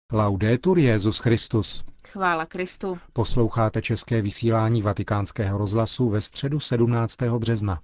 Laudetur Jesus Christus. Chvála Kristu. Posloucháte české vysílání Vatikánského rozhlasu ve středu 17. března.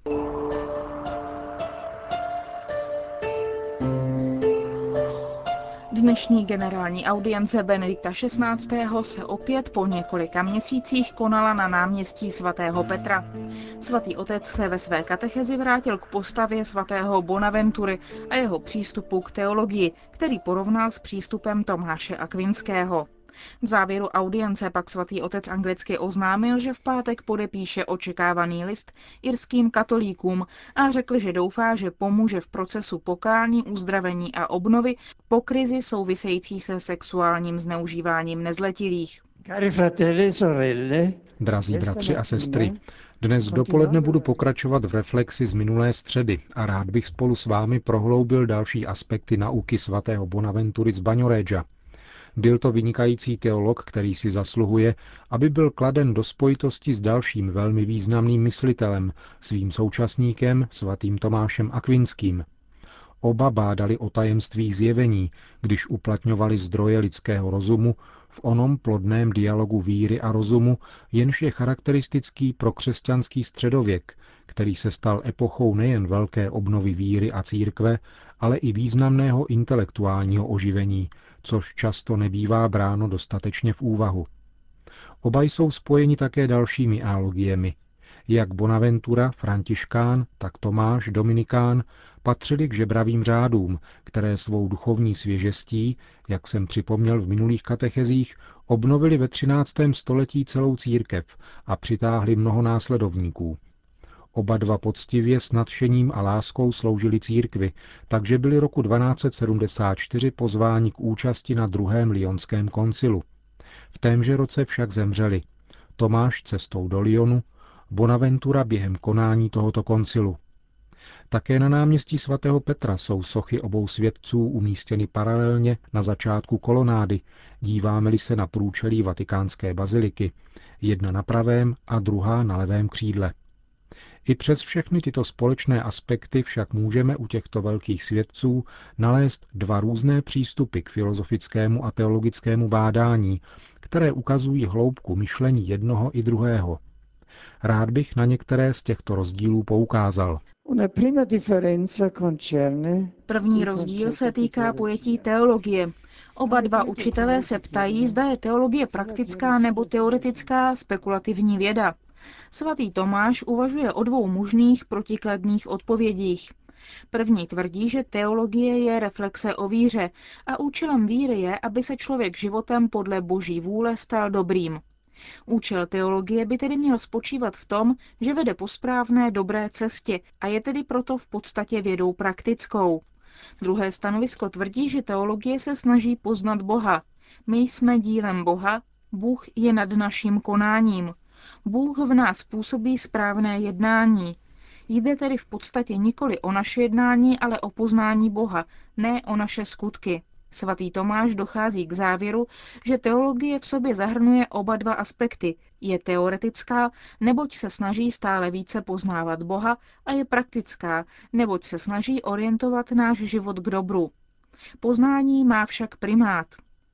Dnešní generální audience Benedikta XVI. Se opět po několika měsících konala na náměstí svatého Petra. Svatý otec se ve své katechezi vrátil k postavě svatého Bonaventury a jeho přístupu k teologii, který porovnal s přístupem Tomáše Akvinského. V závěru audience pak svatý otec anglicky oznámil, že v pátek podepíše očekávaný list irským katolíkům a řekl, že doufá, že pomůže v procesu pokání, uzdravení a obnovy po krizi související se sexuálním zneužíváním nezletilých. Drazí bratři a sestry, dnes dopoledne budu pokračovat v reflexi z minulé středy a rád bych spolu s vámi prohloubil další aspekty nauky svatého Bonaventury z Bagnoreggia. Byl to vynikající teolog, který si zasluhuje, aby byl kladen do spojitosti s dalším velmi významným myslitelem, svým současníkem, svatým Tomášem Akvinským. Oba bádali o tajemstvích zjevení, když uplatňovali zdroje lidského rozumu v onom plodném dialogu víry a rozumu, jenž je charakteristický pro křesťanský středověk, který se stal epochou nejen velké obnovy víry a církve, ale i významného intelektuálního oživení, což často nebývá bráno dostatečně v úvahu. Oba jsou spojeni také dalšími analogiemi. Jak Bonaventura, františkán, tak Tomáš, dominikán, patřili k žebravým řádům, které svou duchovní svěžestí, jak jsem připomněl v minulých katechezích, obnovili ve 13. století celou církev a přitáhli mnoho následovníků. Oba dva poctivě s nadšením a láskou sloužili církvi, takže byli roku 1274 pozváni k účasti na druhém lyonském koncilu. V témže roce však zemřeli. Tomáš cestou do Lyonu, Bonaventura během konání tohoto koncilu. Také na náměstí svatého Petra jsou sochy obou svědců umístěny paralelně na začátku kolonády, díváme-li se na průčelí vatikánské baziliky, jedna na pravém a druhá na levém křídle. I přes všechny tyto společné aspekty však můžeme u těchto velkých svědců nalézt dva různé přístupy k filozofickému a teologickému bádání, které ukazují hloubku myšlení jednoho i druhého. Rád bych na některé z těchto rozdílů poukázal. První rozdíl se týká pojetí teologie. Oba dva učitelé se ptají, zda je teologie praktická nebo teoretická spekulativní věda. Svatý Tomáš uvažuje o dvou možných protikladných odpovědích. První tvrdí, že teologie je reflexe o víře a účelem víry je, aby se člověk životem podle Boží vůle stal dobrým. Účel teologie by tedy měl spočívat v tom, že vede po správné dobré cestě a je tedy proto v podstatě vědou praktickou. Druhé stanovisko tvrdí, že teologie se snaží poznat Boha. My jsme dílem Boha, Bůh je nad naším konáním. Bůh v nás působí správné jednání. Jde tedy v podstatě nikoli o naše jednání, ale o poznání Boha, ne o naše skutky. Svatý Tomáš dochází k závěru, že teologie v sobě zahrnuje oba dva aspekty. Je teoretická, neboť se snaží stále více poznávat Boha, a je praktická, neboť se snaží orientovat náš život k dobru. Poznání má však primát.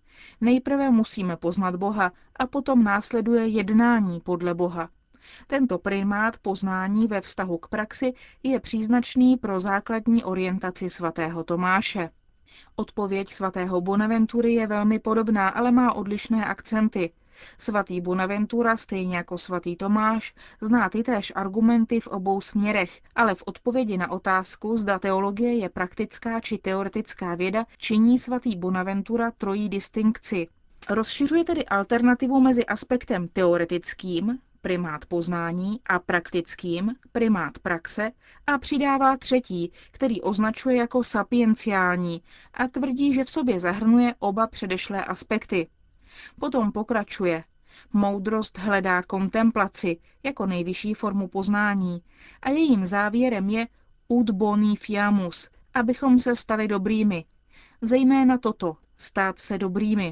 Nejprve musíme poznat Boha a potom následuje jednání podle Boha. Tento primát poznání ve vztahu k praxi je příznačný pro základní orientaci svatého Tomáše. Odpověď svatého Bonaventury je velmi podobná, ale má odlišné akcenty. Svatý Bonaventura, stejně jako svatý Tomáš, zná tytéž argumenty v obou směrech, ale v odpovědi na otázku, zda teologie je praktická či teoretická věda, činí svatý Bonaventura trojí distinkci. Rozšiřuje tedy alternativu mezi aspektem teoretickým, primát poznání, a praktickým, primát praxe, a přidává třetí, který označuje jako sapienciální a tvrdí, že v sobě zahrnuje oba předešlé aspekty. Potom pokračuje. Moudrost hledá kontemplaci jako nejvyšší formu poznání a jejím závěrem je ut boni fiamus, abychom se stali dobrými. Zejména toto, stát se dobrými.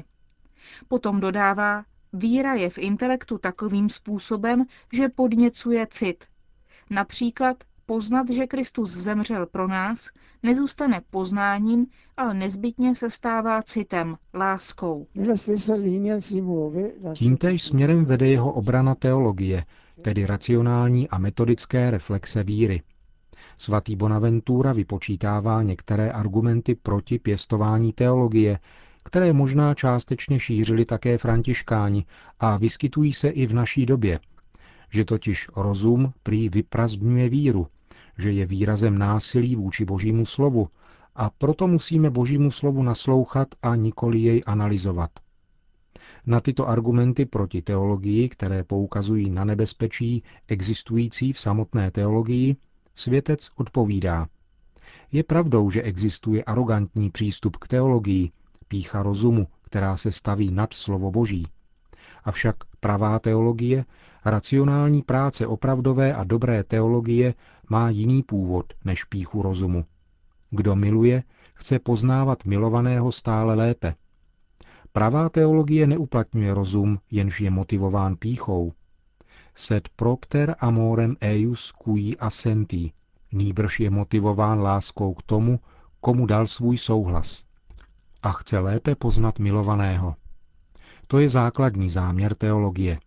Potom dodává, víra je v intelektu takovým způsobem, že podněcuje cit. Například Poznat, že Kristus zemřel pro nás, nezůstane poznáním, ale nezbytně se stává citem, láskou. Tímtéž směrem vede jeho obrana teologie, tedy racionální a metodické reflexe víry. Svatý Bonaventura vypočítává některé argumenty proti pěstování teologie, které možná částečně šířili také františkáni a vyskytují se i v naší době, že totiž rozum prý vyprazdňuje víru, že je výrazem násilí vůči Božímu slovu a proto musíme Božímu slovu naslouchat a nikoli jej analyzovat. Na tyto argumenty proti teologii, které poukazují na nebezpečí existující v samotné teologii, světec odpovídá. Je pravdou, že existuje arogantní přístup k teologii, pýcha rozumu, která se staví nad slovo Boží. Avšak pravá teologie, racionální práce opravdové a dobré teologie má jiný původ než pýchu rozumu. Kdo miluje, chce poznávat milovaného stále lépe. Pravá teologie neuplatňuje rozum, jenž je motivován pýchou. Sed propter amorem eius cui assenti, nýbrž je motivován láskou k tomu, komu dal svůj souhlas. A chce lépe poznat milovaného. To je základní záměr teologie.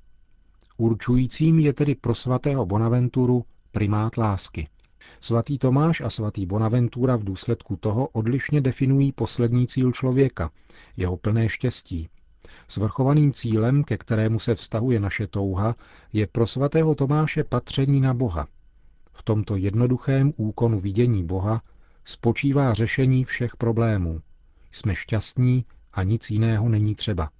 Určujícím je tedy pro svatého Bonaventuru primát lásky. Svatý Tomáš a svatý Bonaventura v důsledku toho odlišně definují poslední cíl člověka, jeho plné štěstí. Svrchovaným cílem, ke kterému se vztahuje naše touha, je pro svatého Tomáše patření na Boha. V tomto jednoduchém úkonu vidění Boha spočívá řešení všech problémů. Jsme šťastní a nic jiného není třeba.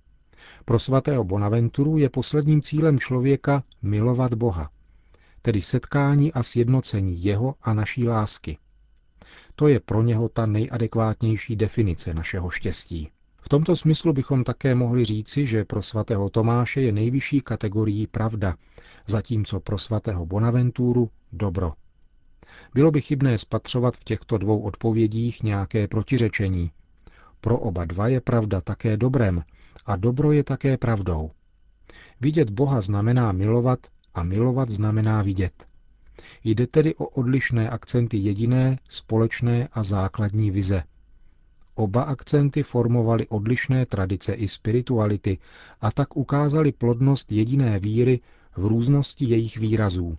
Pro svatého Bonaventuru je posledním cílem člověka milovat Boha, tedy setkání a sjednocení jeho a naší lásky. To je pro něho ta nejadekvátnější definice našeho štěstí. V tomto smyslu bychom také mohli říci, že pro svatého Tomáše je nejvyšší kategorií pravda, zatímco pro svatého Bonaventuru dobro. Bylo by chybné spatřovat v těchto dvou odpovědích nějaké protiřečení. Pro oba dva je pravda také dobrem a dobro je také pravdou. Vidět Boha znamená milovat a milovat znamená vidět. Jde tedy o odlišné akcenty jediné, společné a základní vize. Oba akcenty formovaly odlišné tradice i spirituality a tak ukázaly plodnost jediné víry v různosti jejich výrazů.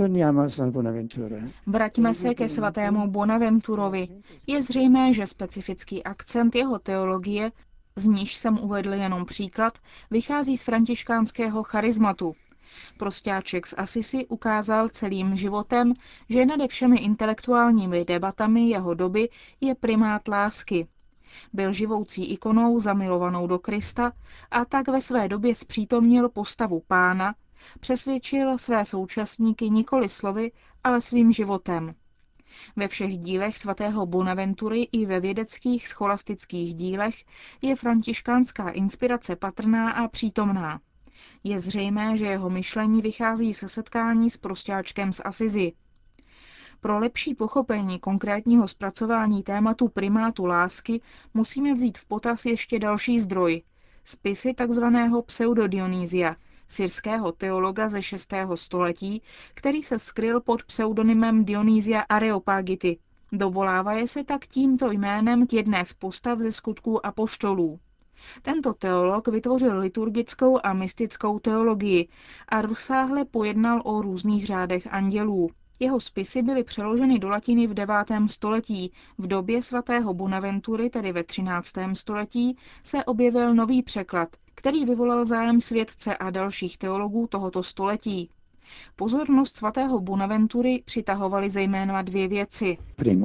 Vraťme se ke svatému Bonaventurovi. Je zřejmé, že specifický akcent jeho teologie, z níž jsem uvedl jenom příklad, vychází z františkánského charizmatu. Prostáček z Assisi ukázal celým životem, že nade všemi intelektuálními debatami jeho doby je primát lásky. Byl živoucí ikonou zamilovanou do Krista a tak ve své době zpřítomnil postavu Pána, přesvědčil své současníky nikoli slovy, ale svým životem. Ve všech dílech svatého Bonaventury i ve vědeckých scholastických dílech je františkánská inspirace patrná a přítomná. Je zřejmé, že jeho myšlení vychází se setkání s prostáčkem z Assisi. Pro lepší pochopení konkrétního zpracování tématu primátu lásky musíme vzít v potaz ještě další zdroj, spisy tzv. Pseudodionýsia, syrského teologa ze 6. století, který se skryl pod pseudonymem Dionýsia Areopagity. Dovolávaje se tak tímto jménem k jedné z postav ze Skutků apoštolů. Tento teolog vytvořil liturgickou a mystickou teologii a rozsáhle pojednal o různých řádech andělů. Jeho spisy byly přeloženy do latiny v 9. století. V době svatého Bonaventury, tedy ve 13. století, se objevil nový překlad, který vyvolal zájem světce a dalších teologů tohoto století. Pozornost svatého Bonaventury přitahovaly zejména dvě věci.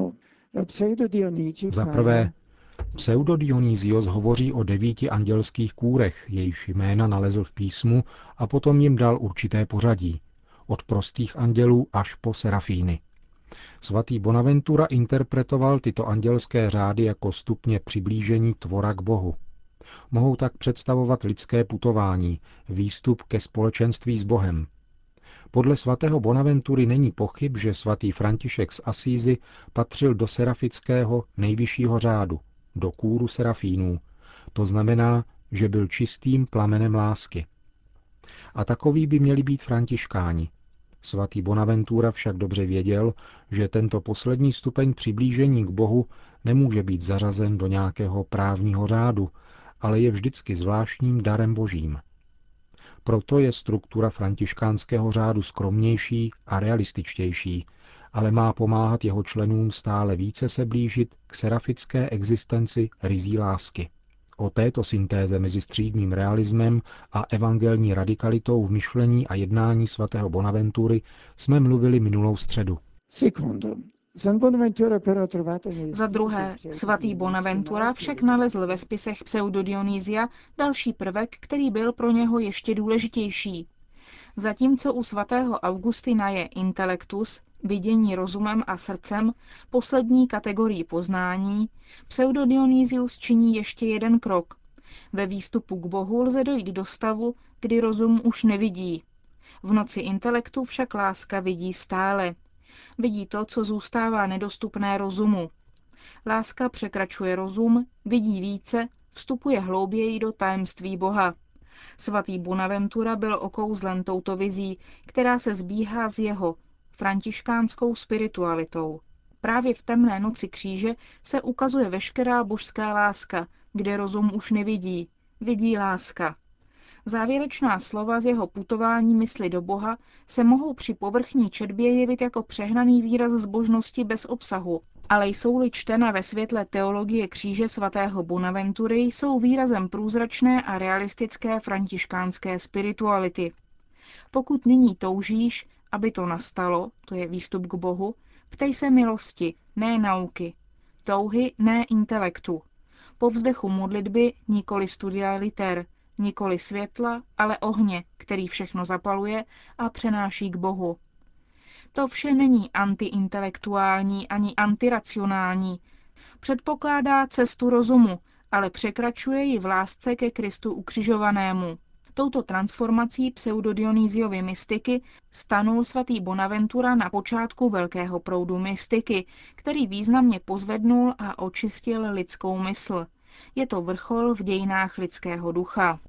Za prvé, Pseudodionýsios hovoří o 9 andělských kůrech, jejichž jména nalezl v písmu a potom jim dal určité pořadí, od prostých andělů až po serafíny. Svatý Bonaventura interpretoval tyto andělské řády jako stupně přiblížení tvora k Bohu. Mohou tak představovat lidské putování, výstup ke společenství s Bohem. Podle svatého Bonaventury není pochyb, že svatý František z Assisi patřil do serafického nejvyššího řádu, do kůru serafínů. To znamená, že byl čistým plamenem lásky. A takoví by měli být františkáni. Svatý Bonaventura však dobře věděl, že tento poslední stupeň přiblížení k Bohu nemůže být zařazen do nějakého právního řádu, ale je vždycky zvláštním darem božím. Proto je struktura františkánského řádu skromnější a realističtější, ale má pomáhat jeho členům stále více se blížit k serafické existenci ryzí lásky. O této syntéze mezi střídmým realismem a evangelní radikalitou v myšlení a jednání svatého Bonaventury jsme mluvili minulou středu. Za druhé, svatý Bonaventura však nalezl ve spisech Pseudodionýsia další prvek, který byl pro něho ještě důležitější. Zatímco u svatého Augustina je intellectus, vidění rozumem a srdcem, poslední kategorii poznání, Pseudodionýsius činí ještě jeden krok. Ve výstupu k Bohu lze dojít do stavu, kdy rozum už nevidí. V noci intelektu však láska vidí stále. Vidí to, co zůstává nedostupné rozumu. Láska překračuje rozum, vidí více, vstupuje hlouběji do tajemství Boha. Svatý Bonaventura byl okouzlen touto vizí, která se sbíhá s jeho františkánskou spiritualitou. Právě v temné noci kříže se ukazuje veškerá božská láska, kde rozum už nevidí, vidí láska. Závěrečná slova z jeho putování mysli do Boha se mohou při povrchní četbě jevit jako přehnaný výraz zbožnosti bez obsahu, ale jsou-li čtena ve světle teologie kříže svatého Bonaventury, jsou výrazem průzračné a realistické františkánské spirituality. Pokud nyní toužíš, aby to nastalo, to je výstup k Bohu, ptej se milosti, ne nauky, touhy, ne intelektu, po vzdechu modlitby nikoli studia liter, nikoli světla, ale ohně, který všechno zapaluje a přenáší k Bohu. To vše není antiintelektuální ani antiracionální. Předpokládá cestu rozumu, ale překračuje ji v lásce ke Kristu ukřižovanému. Touto transformací Pseudodionýsiovy mystiky stanul svatý Bonaventura na počátku velkého proudu mystiky, který významně pozvednul a očistil lidskou mysl. Je to vrchol v dějinách lidského ducha.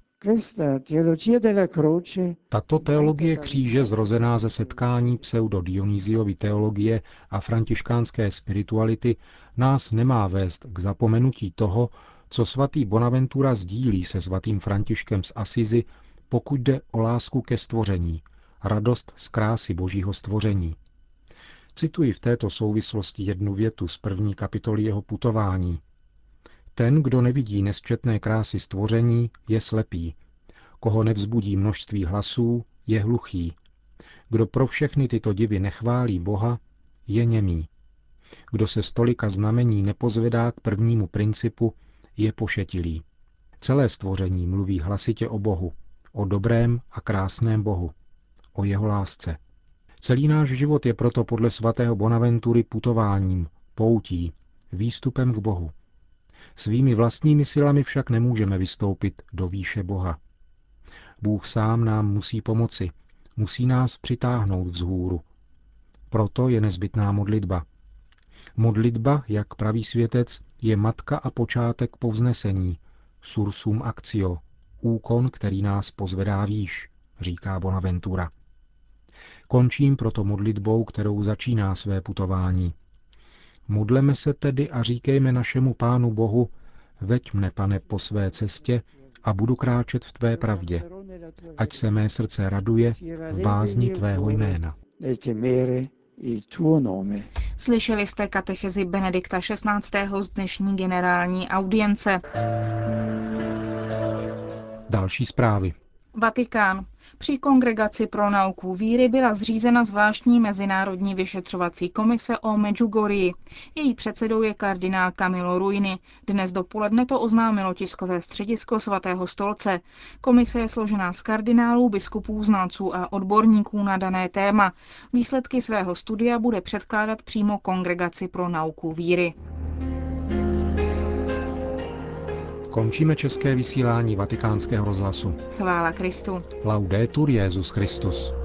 Tato teologie kříže, zrozená ze setkání Pseudodionýsiovy teologie a františkánské spirituality, nás nemá vést k zapomenutí toho, co svatý Bonaventura sdílí se svatým Františkem z Asizi, pokud jde o lásku ke stvoření, radost z krásy božího stvoření. Cituji v této souvislosti jednu větu z 1. kapitoly jeho putování. Ten, kdo nevidí nesčetné krásy stvoření, je slepý. Koho nevzbudí množství hlasů, je hluchý. Kdo pro všechny tyto divy nechválí Boha, je němý. Kdo se z tolika znamení nepozvedá k prvnímu principu, je pošetilý. Celé stvoření mluví hlasitě o Bohu, o dobrém a krásném Bohu, o jeho lásce. Celý náš život je proto podle svatého Bonaventury putováním, poutí, výstupem k Bohu. Svými vlastními silami však nemůžeme vystoupit do výše Boha. Bůh sám nám musí pomoci, musí nás přitáhnout vzhůru. Proto je nezbytná modlitba. Modlitba, jak praví světec, je matka a počátek povznesení, sursum actio, úkon, který nás pozvedá výš, říká Bonaventura. Končím proto modlitbou, kterou začíná své putování. Modleme se tedy a říkejme našemu Pánu Bohu, veď mne, Pane, po své cestě a budu kráčet v tvé pravdě, ať se mé srdce raduje v bázni tvého jména. Slyšeli jste katechezi Benedikta XVI. Z dnešní generální audience. Další zprávy. Vatikán. Při Kongregaci pro nauku víry byla zřízena zvláštní mezinárodní vyšetřovací komise o Medjugorji. Její předsedou je kardinál Camillo Ruini. Dnes dopoledne to oznámilo tiskové středisko Svatého stolce. Komise je složená z kardinálů, biskupů, znalců a odborníků na dané téma. Výsledky svého studia bude předkládat přímo Kongregaci pro nauku víry. Končíme české vysílání Vatikánského rozhlasu. Chvála Kristu. Laudetur Jesus Christus.